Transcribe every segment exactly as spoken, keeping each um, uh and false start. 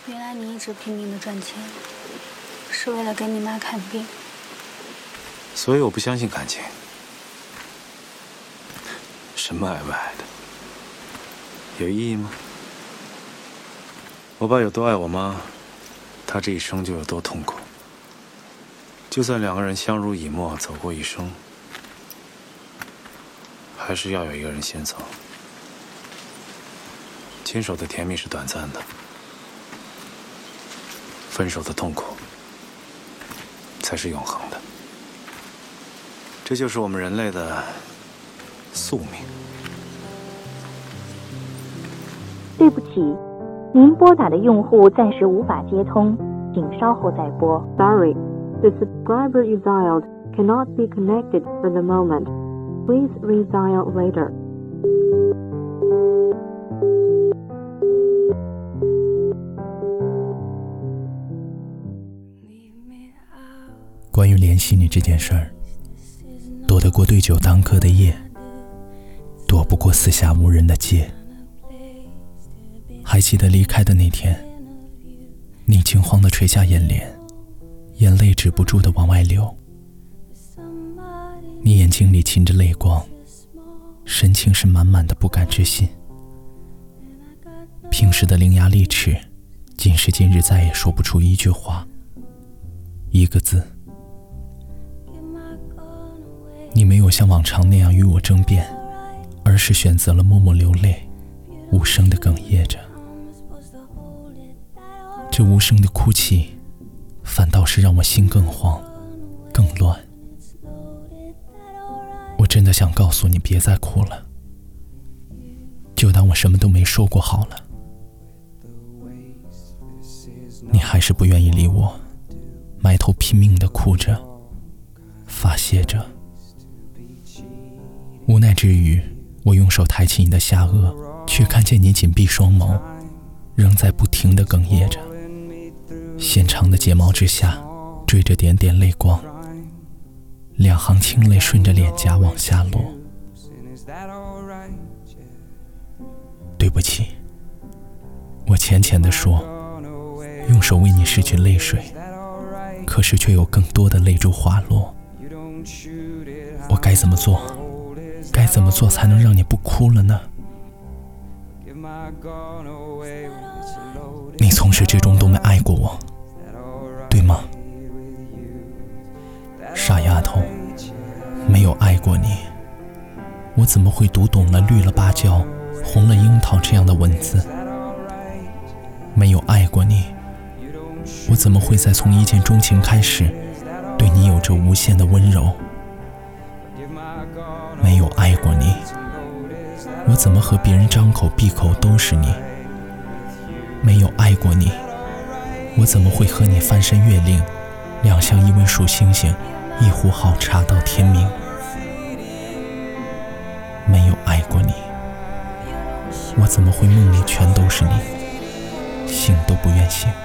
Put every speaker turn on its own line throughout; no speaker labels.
原来你一直拼命的赚钱，是为了给你妈看病。
所以我不相信感情。什么爱不爱的，有意义吗？我爸有多爱我妈，他这一生就有多痛苦。就算两个人相濡以沫走过一生，还是要有一个人先走。牵手的甜蜜是短暂的，分手的痛苦才是永恒的。这就是我们人类的宿命。
对不起，您拨打的用户暂时无法接通，请稍后再拨。Sorry, the subscriber you dialed cannot be connected for the moment. Please redial later.
关于联系你这件事儿，躲得过对酒当歌的夜，躲不过四下无人的街。还记得离开的那天，你惊慌地垂下眼帘，眼泪止不住地往外流。你眼睛里噙着泪光，神情是满满的不敢置信。平时的伶牙俐齿，今时今日再也说不出一句话，一个字。你没有像往常那样与我争辩，而是选择了默默流泪，无声地哽咽着。这无声的哭泣，反倒是让我心更慌，更乱。我真的想告诉你别再哭了，就当我什么都没说过好了。你还是不愿意理我，埋头拼命地哭着，发泄着。无奈之余，我用手抬起你的下颚，却看见你紧闭双眸，仍在不停地哽咽着。纤长的睫毛之下缀着点点泪光，两行清泪顺着脸颊往下落。对不起，我浅浅地说，用手为你拭去泪水，可是却有更多的泪珠滑落。我该怎么做？该怎么做才能让你不哭了呢？你从始至终都没爱过我，对吗？傻丫头，没有爱过你，我怎么会读懂了绿了芭蕉，红了樱桃这样的文字？没有爱过你，我怎么会在从一见钟情开始，对你有着无限的温柔？没有爱过你，我怎么和别人张口闭口都是你？没有爱过你，我怎么会和你翻山越岭，两相依偎数星星，一壶好茶到天明？没有爱过你，我怎么会梦里全都是你，醒都不愿醒？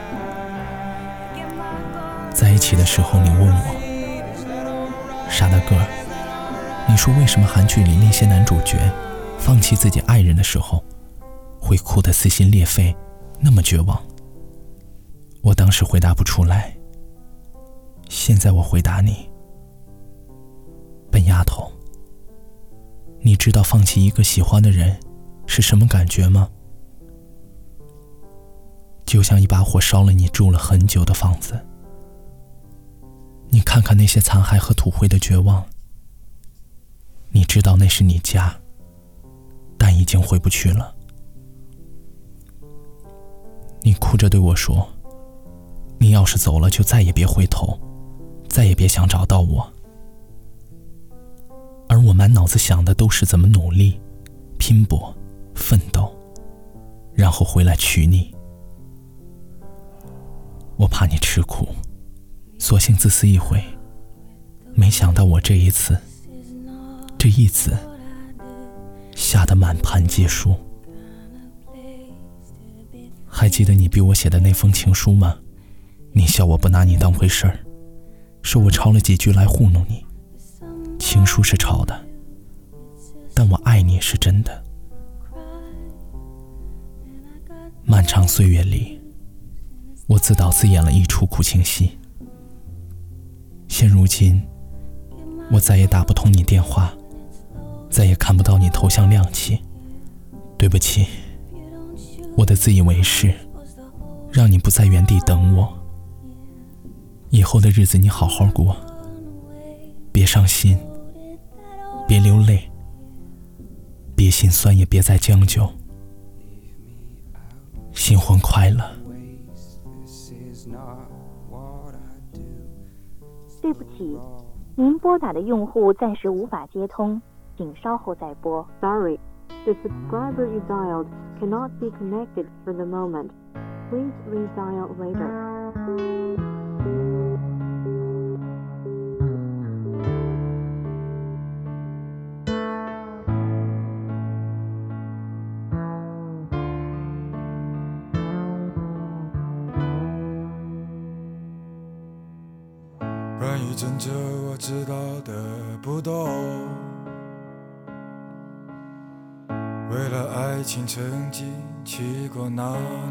在一起的时候，你问我，傻大个儿，你说为什么韩剧里那些男主角放弃自己爱人的时候，会哭得撕心裂肺，那么绝望？我当时回答不出来，现在我回答你，笨丫头，你知道放弃一个喜欢的人是什么感觉吗？就像一把火烧了你住了很久的房子，你看看那些残骸和土灰的绝望，你知道那是你家，但已经回不去了。你哭着对我说，你要是走了就再也别回头，再也别想找到我。而我满脑子想的都是怎么努力拼搏奋斗，然后回来娶你。我怕你吃苦，索性自私一回，没想到我这一次这一子吓得满盘皆输。还记得你逼我写的那封情书吗？你笑我不拿你当回事儿，说我抄了几句来糊弄你。情书是抄的，但我爱你是真的。漫长岁月里， 我自导自演了一出苦情戏。现如今，我再也打不通你电话，再也看不到你头像亮起。对不起，我的自以为是，让你不在原地等我。以后的日子你好好过，别伤心，别流泪，别心酸，也别再将就。新婚快乐。
对不起，您拨打的用户暂时无法接通，请稍后再拨。Sorry, the subscriber you dialed cannot be connected for the moment. Please redial later.
关于真正我知道的不多，为了爱情曾经去过哪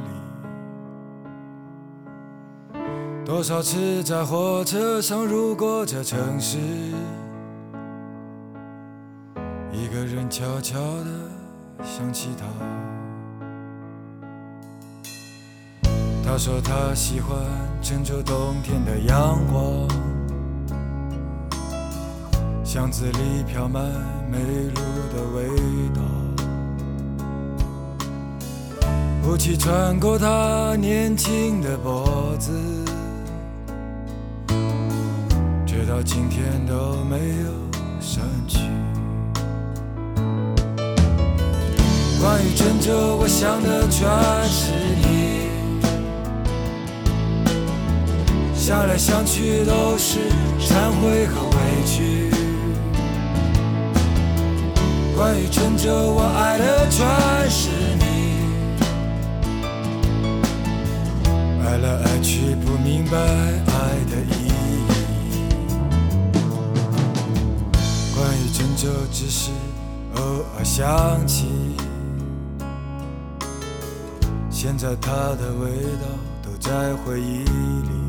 里，多少次在火车上路过这城市，一个人悄悄地想起他。他说他喜欢郑州冬天的阳光，巷子里飘满梅露的味道，雾气穿过他年轻的脖子，直到今天都没有散去。关于郑州，我想的全是你，想来想去都是忏悔和委屈。关于郑州，我爱的全是你，爱来爱去不明白爱的意义。关于郑州，只是偶尔想起，现在它的味道都在回忆里。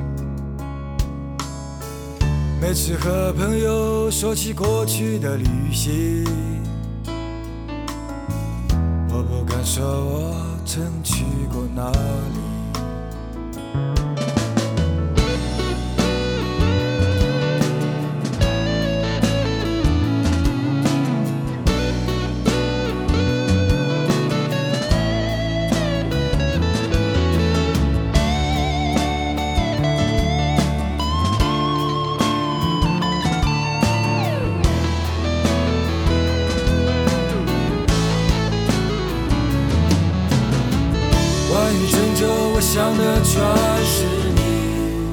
每次和朋友说起过去的旅行，我不敢说我曾去过哪里。关于郑州，我想的全是你，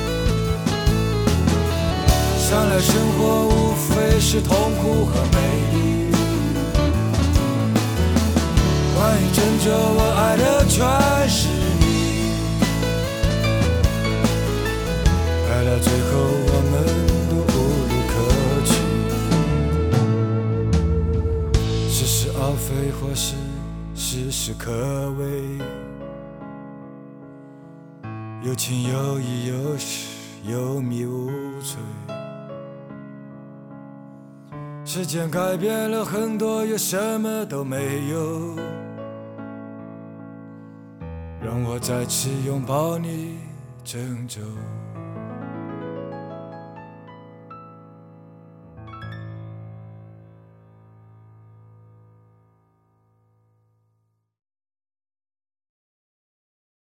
想来生活无非是痛苦和美丽。关于郑州，我爱的全是你，爱到最后我们都无路可去，似是而非或是事事可畏，有情有义，有时有迷无醉。时间改变了很多，又什么都没有，让我再次拥抱你郑州。